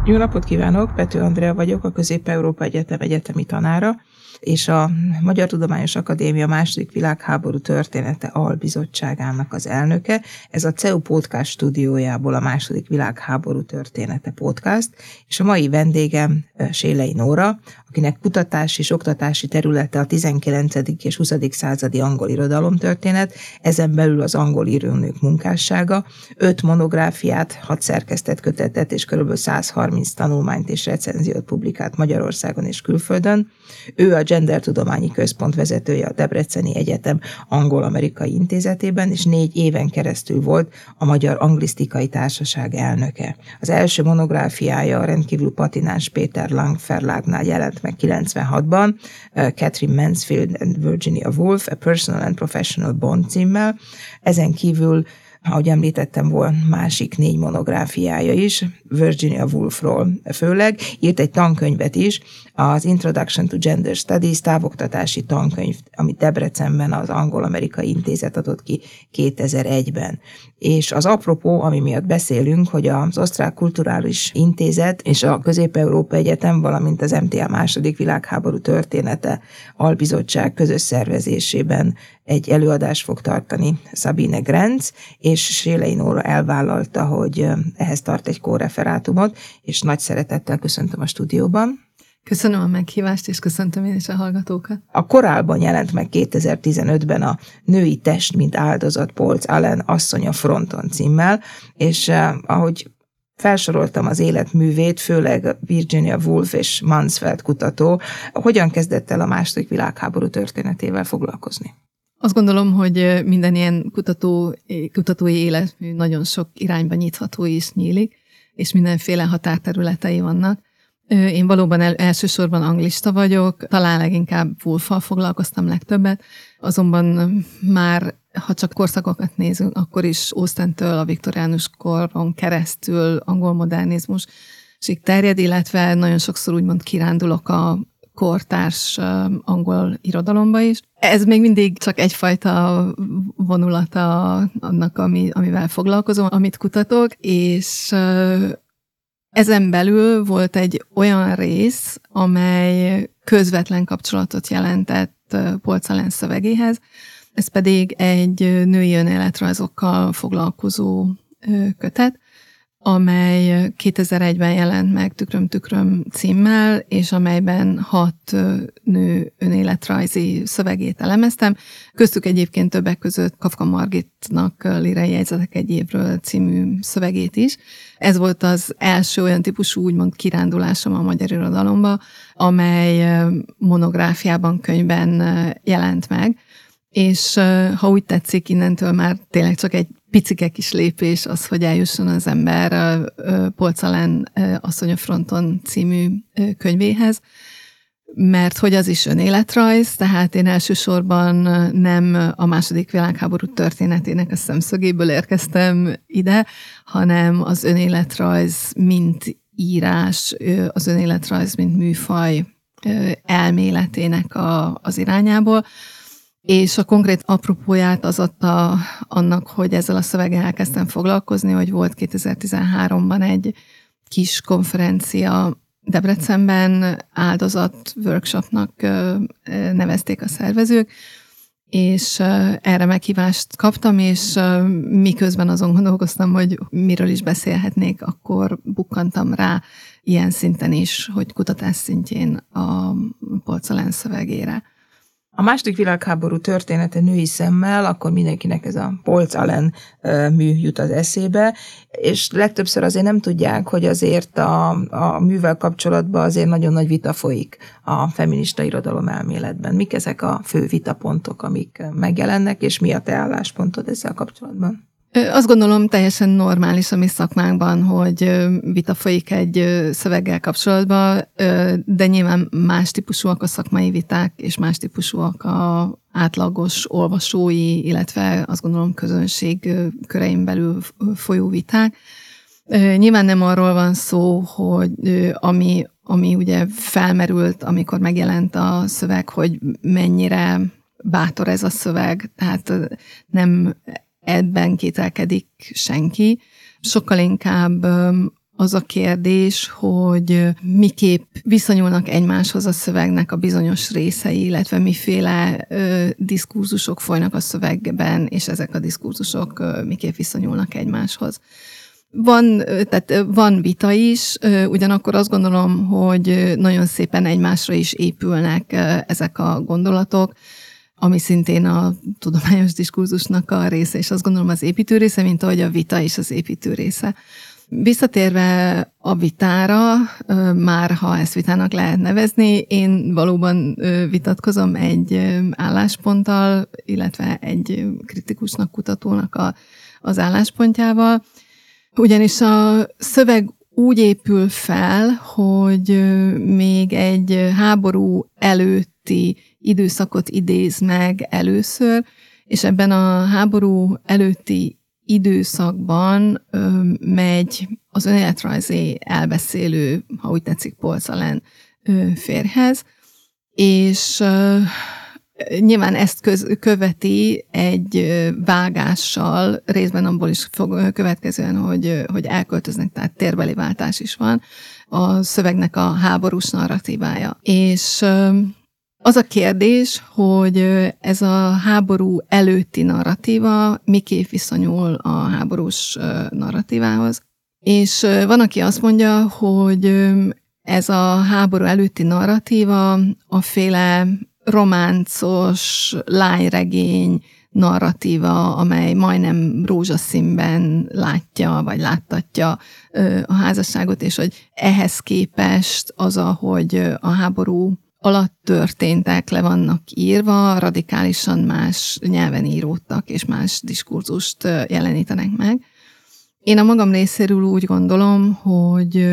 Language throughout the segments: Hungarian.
Jó napot kívánok, Pető Andrea vagyok, a Közép-Európa Egyetem egyetemi tanára, és a Magyar Tudományos Akadémia II. Világháború története albizottságának az elnöke. Ez a CEU Podcast stúdiójából a II. Világháború története podcast, és a mai vendégem Sélei Nóra, akinek kutatási és oktatási területe a 19. és 20. századi angol irodalomtörténet, ezen belül az angol írónők munkássága, 5 monográfiát, 6 szerkesztett kötetet és kb. 130 tanulmányt és recenziót publikált Magyarországon és külföldön. Ő a Gendertudományi Központ vezetője a Debreceni Egyetem Angol-Amerikai Intézetében, és 4 éven keresztül volt a Magyar Anglisztikai Társaság elnöke. Az első monográfiája a rendkívül patináns Péter Lang Verlagnál jelent meg 96-ban, Catherine Mansfield and Virginia Woolf, A Personal and Professional Bond címmel. Ezen kívül, ahogy említettem, volt másik 4 monográfiája is, Virginia Woolfról főleg, írt egy tankönyvet is, az Introduction to Gender Studies távoktatási tankönyv, amit Debrecenben az Angol-Amerikai Intézet adott ki 2001-ben. És az apropó, ami miatt beszélünk, hogy az Osztrák Kulturális Intézet és a Közép-Európa Egyetem, valamint az MTA II. Világháború története albizottság közös szervezésében egy előadást fog tartani Sabine Grenz, és Sélei Nóra elvállalta, hogy ehhez tart egy kóreferátumot, és nagy szeretettel köszöntöm a stúdióban. Köszönöm a meghívást, és köszöntöm én is a hallgatókat. A Korálban jelent meg 2015-ben a Női test, mint áldozat, Polc Allen Asszony a fronton címmel, és ahogy felsoroltam az életművét, főleg Virginia Woolf és Mansfield kutató, hogyan kezdett el a II. Világháború történetével foglalkozni? Azt gondolom, hogy minden ilyen kutatói életmű nagyon sok irányba nyitható is nyílik, és mindenféle határterületei vannak. Én valóban elsősorban anglista vagyok, talán leginkább Woolffal foglalkoztam legtöbbet, azonban már, ha csak korszakokat nézünk, akkor is Austentől a viktoriánus koron keresztül angol modernizmusig terjed, illetve nagyon sokszor úgymond kirándulok a kortárs angol irodalomba is. Ez még mindig csak egyfajta vonulata annak, amivel foglalkozom, amit kutatok, és ezen belül volt egy olyan rész, amely közvetlen kapcsolatot jelentett Polc Allen szövegéhez, ez pedig egy női önéletrajzokkal foglalkozó kötet, amely 2001-ben jelent meg Tükröm címmel, és amelyben 6 nő önéletrajzi szövegét elemeztem. Köztük egyébként többek között Kafka Margitnak Lírai jegyzetek egy évről című szövegét is. Ez volt az első olyan típusú úgymond kirándulásom a magyar irodalomba, amely monográfiában, könyvben jelent meg. És ha úgy tetszik, innentől már tényleg csak egy picike kis lépés az, hogy eljusson az ember Polc Allen Asszony a fronton című könyvéhez, mert hogy az is önéletrajz, tehát én elsősorban nem a II. Világháború történetének a szemszögéből érkeztem ide, hanem az önéletrajz mint írás, az önéletrajz mint műfaj elméletének az irányából. És a konkrét apropóját az adta annak, hogy ezzel a szöveggel elkezdtem foglalkozni, hogy volt 2013-ban egy kis konferencia Debrecenben, áldozat workshopnak nevezték a szervezők, és erre meghívást kaptam, és miközben azon gondolkoztam, hogy miről is beszélhetnék, akkor bukkantam rá ilyen szinten is, hogy kutatás szintjén a Polc Allen szövegére. A II. Világháború története női szemmel, akkor mindenkinek ez a Polc Allen mű jut az eszébe, és legtöbbször azért nem tudják, hogy azért a művel kapcsolatban azért nagyon nagy vita folyik a feminista irodalom elméletben. Mik ezek a fő vitapontok, amik megjelennek, és mi a te álláspontod ezzel kapcsolatban? Azt gondolom teljesen normális a mi szakmánkban, hogy vita folyik egy szöveggel kapcsolatban, de nyilván más típusúak a szakmai viták, és más típusúak az átlagos olvasói, illetve azt gondolom közönség körein belül folyó viták. Nyilván nem arról van szó, hogy ami ugye felmerült, amikor megjelent a szöveg, hogy mennyire bátor ez a szöveg, tehát nem ebben kételkedik senki. Sokkal inkább az a kérdés, hogy miképp viszonyulnak egymáshoz a szövegnek a bizonyos részei, illetve miféle diskurzusok folynak a szövegben, és ezek a diskurzusok miképp viszonyulnak egymáshoz. Van vita is, ugyanakkor azt gondolom, hogy nagyon szépen egymásra is épülnek ezek a gondolatok, ami szintén a tudományos diskurzusnak a része, és azt gondolom az építő része, mint ahogy a vita is az építő része. Visszatérve a vitára, már ha ezt vitának lehet nevezni, én valóban vitatkozom egy állásponttal, illetve egy kritikusnak, kutatónak az álláspontjával, ugyanis a szöveg úgy épül fel, hogy még egy háború előtti időszakot idéz meg először, és ebben a háború előtti időszakban megy az önéletrajzi elbeszélő, ha úgy tetszik, Polczalen férjhez, és nyilván ezt követi egy vágással, részben abból is fog következően, hogy elköltöznek, tehát térbeli váltás is van, a szövegnek a háborús narratívája. És az a kérdés, hogy ez a háború előtti narratíva miképp viszonyul a háborús narratívához. És van, aki azt mondja, hogy ez a háború előtti narratíva a féle románcos lányregény narratíva, amely majdnem rózsaszínben látja, vagy láttatja a házasságot, és hogy ehhez képest az, ahogy a háború alatt történtek, le vannak írva, radikálisan más nyelven íródtak, és más diskurzust jelenítenek meg. Én a magam részéről úgy gondolom, hogy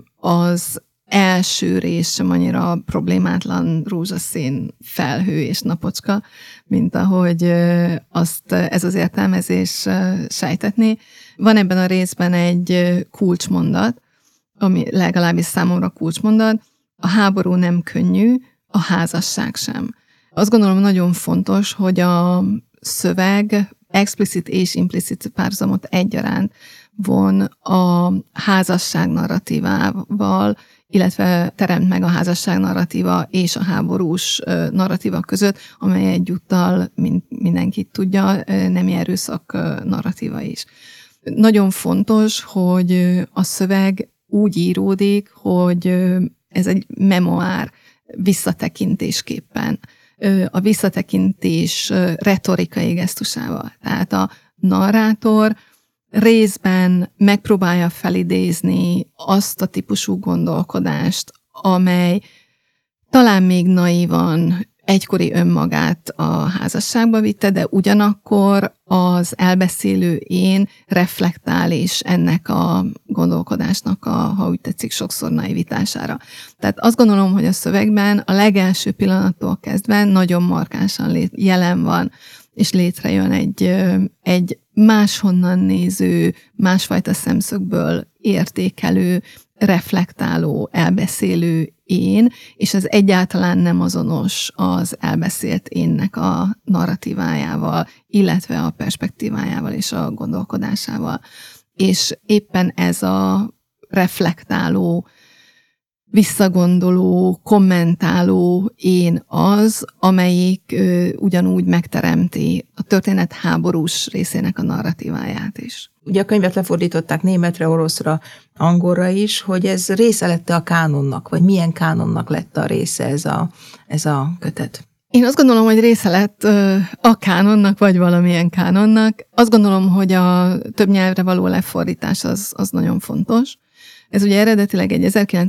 az első rész sem annyira problémátlan rózsaszín felhő és napocska, mint ahogy azt ez az értelmezés sejtetné. Van ebben a részben egy kulcsmondat, ami legalábbis számomra kulcsmondat: a háború nem könnyű, a házasság sem. Azt gondolom nagyon fontos, hogy a szöveg explicit és implicit párhuzamot egyaránt von a házasság narratívával, illetve teremt meg a házasság narratíva és a háborús narratíva között, amely egyúttal, mint mindenki tudja, nemi erőszak narratíva is. Nagyon fontos, hogy a szöveg úgy íródik, hogy ez egy memoár visszatekintésképpen. A visszatekintés retorikai gesztusával. Tehát a narrátor részben megpróbálja felidézni azt a típusú gondolkodást, amely talán még naívan egykori önmagát a házasságba vitte, de ugyanakkor az elbeszélő én reflektál is ennek a gondolkodásnak ha úgy tetszik, sokszor naivitására. Tehát azt gondolom, hogy a szövegben a legelső pillanattól kezdve nagyon markánsan jelen van, és létrejön egy máshonnan néző, másfajta szemszögből értékelő, reflektáló, elbeszélő én, és ez egyáltalán nem azonos az elbeszélt énnek a narratívájával, illetve a perspektívájával és a gondolkodásával. És éppen ez a reflektáló, visszagondoló, kommentáló én az, amelyik ugyanúgy megteremti a történet háborús részének a narratíváját is. Ugye a könyvet lefordították németre, oroszra, angolra is, hogy ez része lett a kánonnak, vagy milyen kánonnak lett a része ez a kötet? Én azt gondolom, hogy része lett a kánonnak, vagy valamilyen kánonnak. Azt gondolom, hogy a több nyelvre való lefordítás az nagyon fontos. Ez ugye eredetileg egy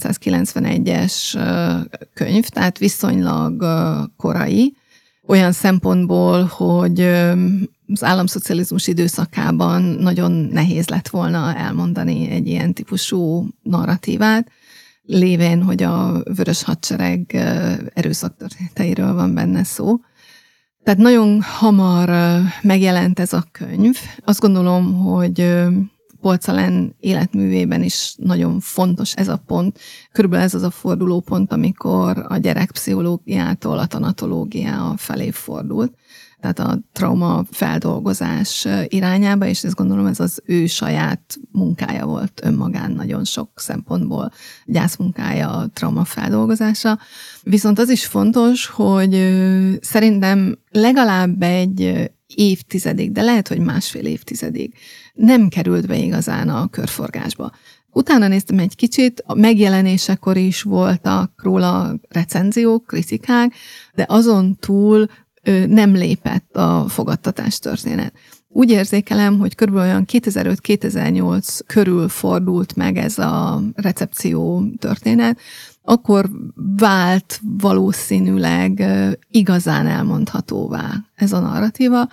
1991-es könyv, tehát viszonylag korai, olyan szempontból, hogy az államszocializmus időszakában nagyon nehéz lett volna elmondani egy ilyen típusú narratívát, lévén, hogy a Vörös Hadsereg erőszaktörténeteiről van benne szó. Tehát nagyon hamar megjelent ez a könyv. Azt gondolom, hogy Polczalen életművében is nagyon fontos ez a pont. Körülbelül ez az a fordulópont, amikor a gyerek pszichológiától a tanatológia felé fordult, tehát a trauma feldolgozás irányába, és ezt gondolom ez az ő saját munkája volt önmagán nagyon sok szempontból, gyászmunkája, a trauma feldolgozása. Viszont az is fontos, hogy szerintem legalább egy évtizedig, de lehet, hogy másfél évtizedig nem került be igazán a körforgásba. Utána néztem egy kicsit, a megjelenésekor is voltak róla recenziók, kritikák, de azon túl nem lépett a fogadtatás történet. Úgy érzékelem, hogy körülbelül olyan 2005-2008 körül fordult meg ez a recepció történet, akkor vált valószínűleg igazán elmondhatóvá ez a narratíva,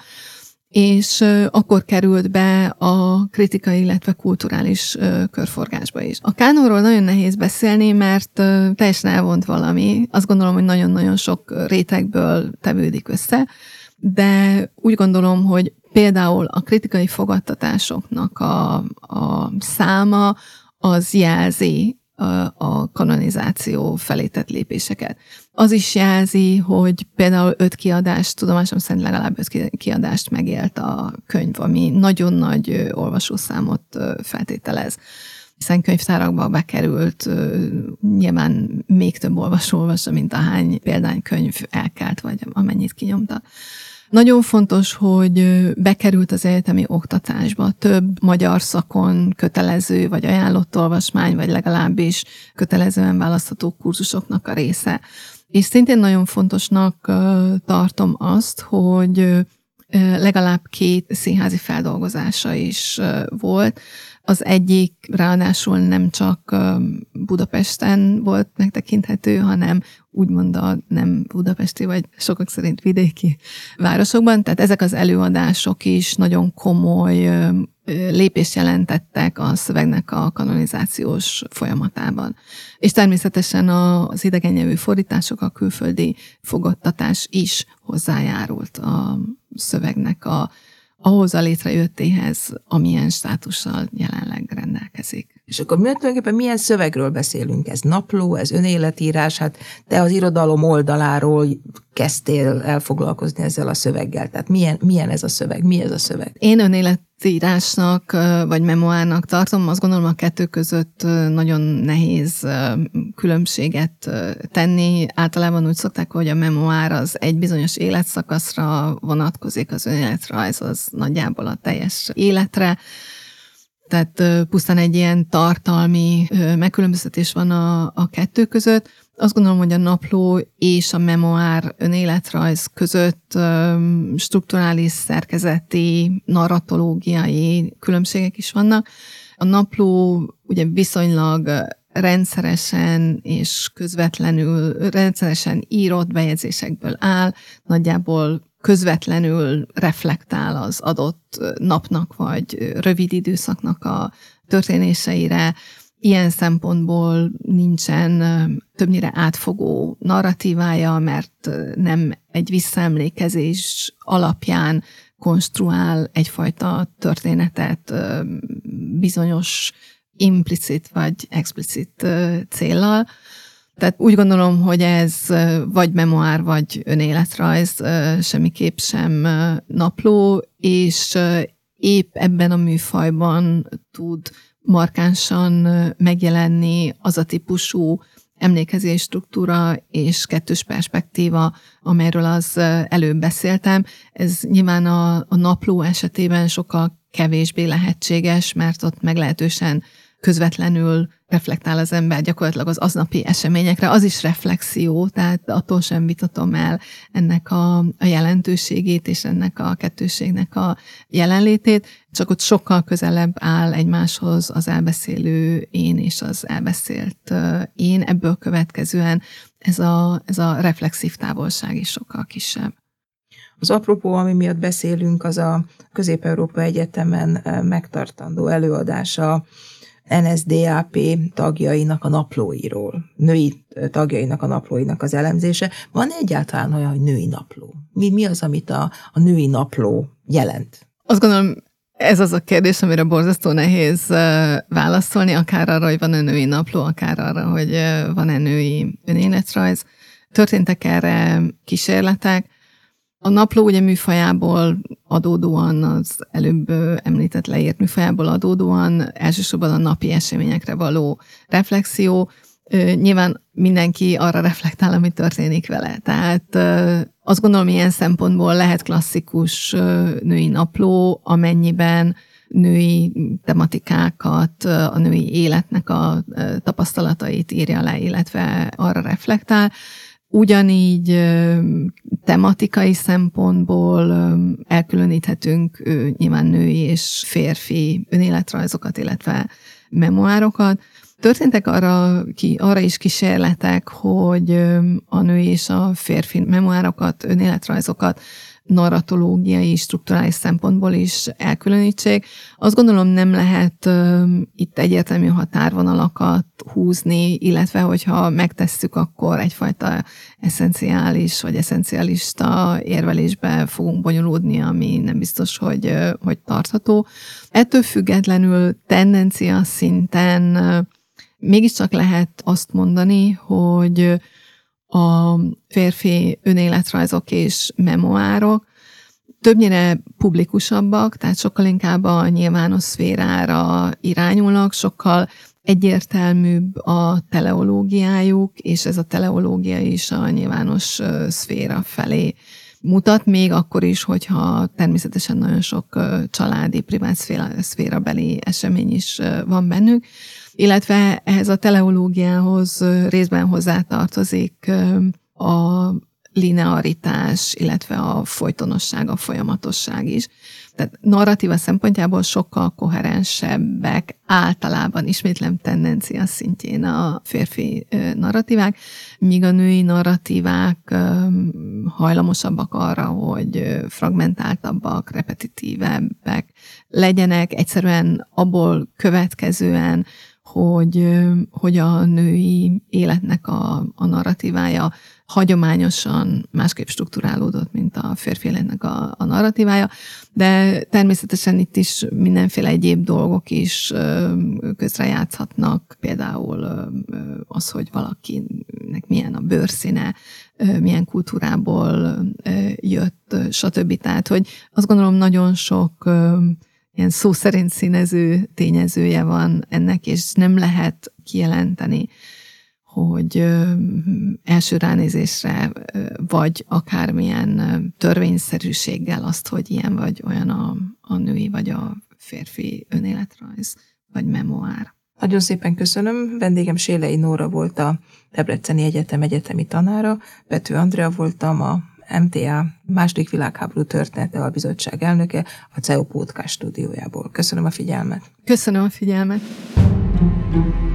és akkor került be a kritikai, illetve kulturális körforgásba is. A kánonról nagyon nehéz beszélni, mert teljesen elvont valami. Azt gondolom, hogy nagyon-nagyon sok rétegből tevődik össze, de úgy gondolom, hogy például a kritikai fogadtatásoknak a száma az jelzi a kanonizáció felé tett lépéseket. Az is jelzi, hogy például 5 kiadást, tudomásom szerint legalább 5 kiadást megélt a könyv, ami nagyon nagy olvasószámot feltételez. Hiszen könyvtárakba bekerült, nyilván még több olvasó olvassa, mint ahány példánykönyv elkelt, vagy amennyit kinyomta. Nagyon fontos, hogy bekerült az egyetemi oktatásba több magyar szakon kötelező, vagy ajánlott olvasmány, vagy legalábbis kötelezően választható kurzusoknak a része. És szintén nagyon fontosnak tartom azt, hogy legalább 2 színházi feldolgozása is volt. Az egyik ráadásul nem csak Budapesten volt megtekinthető, hanem úgymond a nem budapesti, vagy sokak szerint vidéki városokban. Tehát ezek az előadások is nagyon komoly lépést jelentettek a szövegnek a kanonizációs folyamatában. És természetesen az idegennyelvű fordítások, a külföldi fogadtatás is hozzájárult a szövegnek ahhoz a létrejöttéhez, amilyen státussal jelenleg rendelkezik. És akkor tulajdonképpen milyen szövegről beszélünk? Ez napló, ez önéletírás? Hát te az irodalom oldaláról kezdtél el foglalkozni ezzel a szöveggel. Tehát milyen ez a szöveg? Mi ez a szöveg? Én önéletírásnak vagy memoárnak tartom. Azt gondolom, a kettő között nagyon nehéz különbséget tenni. Általában úgy szokták, hogy a memoár az egy bizonyos életszakaszra vonatkozik, az önéletrajz az nagyjából a teljes életre. Tehát pusztán egy ilyen tartalmi megkülönböztetés van a kettő között. Azt gondolom, hogy a napló és a memoár önéletrajz között strukturális, szerkezeti, narratológiai különbségek is vannak. A napló ugye viszonylag rendszeresen és közvetlenül, rendszeresen írott bejegyzésekből áll, nagyjából közvetlenül reflektál az adott napnak vagy rövid időszaknak a történéseire. Ilyen szempontból nincsen többnyire átfogó narratívája, mert nem egy visszaemlékezés alapján konstruál egyfajta történetet bizonyos implicit vagy explicit céllal. Tehát úgy gondolom, hogy ez vagy memoár, vagy önéletrajz, semmiképp sem napló, és épp ebben a műfajban tud markánsan megjelenni az a típusú emlékezés struktúra és kettős perspektíva, amelyről az előbb beszéltem. Ez nyilván a napló esetében sokkal kevésbé lehetséges, mert ott meglehetősen közvetlenül reflektál az ember gyakorlatilag az aznapi eseményekre. Az is reflexió, tehát attól sem vitatom el ennek a jelentőségét és ennek a kettőségnek a jelenlétét, csak ott sokkal közelebb áll egymáshoz az elbeszélő én és az elbeszélt én. Ebből következően ez a reflexív távolság is sokkal kisebb. Az apropó, ami miatt beszélünk, az a Közép-Európa Egyetemen megtartandó előadása NSDAP tagjainak a naplóiról, női tagjainak a naplóinak az elemzése. Van egyáltalán olyan, hogy női napló? Mi az, amit a női napló jelent? Azt gondolom, Ez az a kérdés, amire borzasztó nehéz válaszolni, akár arra, hogy van-e női napló, akár arra, hogy van-e női önéletrajz. Történtek erre kísérletek. A napló ugye műfajából adódóan, az előbb említett leírt műfajából adódóan elsősorban a napi eseményekre való reflexió. Nyilván mindenki arra reflektál, ami történik vele. Tehát azt gondolom, ilyen szempontból lehet klasszikus női napló, amennyiben női tematikákat, a női életnek a tapasztalatait írja le, illetve arra reflektál. Ugyanígy tematikai szempontból elkülöníthetünk nyilván női és férfi önéletrajzokat, illetve memoárokat. Történtek arra is kísérletek, hogy a női és a férfi memoárokat, önéletrajzokat narratológiai, strukturális szempontból is elkülönítsék. Azt gondolom, nem lehet itt egyértelmű határvonalakat húzni, illetve hogyha megtesszük, akkor egyfajta eszenciális vagy eszencialista érvelésbe fogunk bonyolódni, ami nem biztos, hogy tartható. Ettől függetlenül tendencia szinten mégiscsak lehet azt mondani, hogy a férfi önéletrajzok és memoárok többnyire publikusabbak, tehát sokkal inkább a nyilvános szférára irányulnak, sokkal egyértelműbb a teleológiájuk, és ez a teleológia is a nyilvános szféra felé mutat, még akkor is, hogyha természetesen nagyon sok családi, privát szférabeli esemény is van bennük, illetve ehhez a teleológiához részben hozzátartozik a linearitás, illetve a folytonosság, a folyamatosság is. Tehát narratíva szempontjából sokkal koherensebbek, általában ismétlem tendencia szintjén a férfi narratívák, míg a női narratívák hajlamosabbak arra, hogy fragmentáltabbak, repetitívebbek legyenek, egyszerűen abból következően, hogy a női életnek a narratívája hagyományosan másképp strukturálódott, mint a férfi életnek a narratívája, de természetesen itt is mindenféle egyéb dolgok is közrejátszhatnak, például az, hogy valakinek milyen a bőrszíne, milyen kultúrából jött, stb. Tehát, hogy azt gondolom, nagyon sok ilyen szó szerint színező tényezője van ennek, és nem lehet kijelenteni, hogy első ránézésre, vagy akármilyen törvényszerűséggel azt, hogy ilyen vagy olyan a női vagy a férfi önéletrajz, vagy memoár. Nagyon szépen köszönöm. Vendégem Sélei Nóra volt a Debreceni Egyetem egyetemi tanára, Bető Andrea voltam, a MTA II. Világháború története albizottság elnöke a CEU Podcast stúdiójából. Köszönöm a figyelmet. Köszönöm a figyelmet.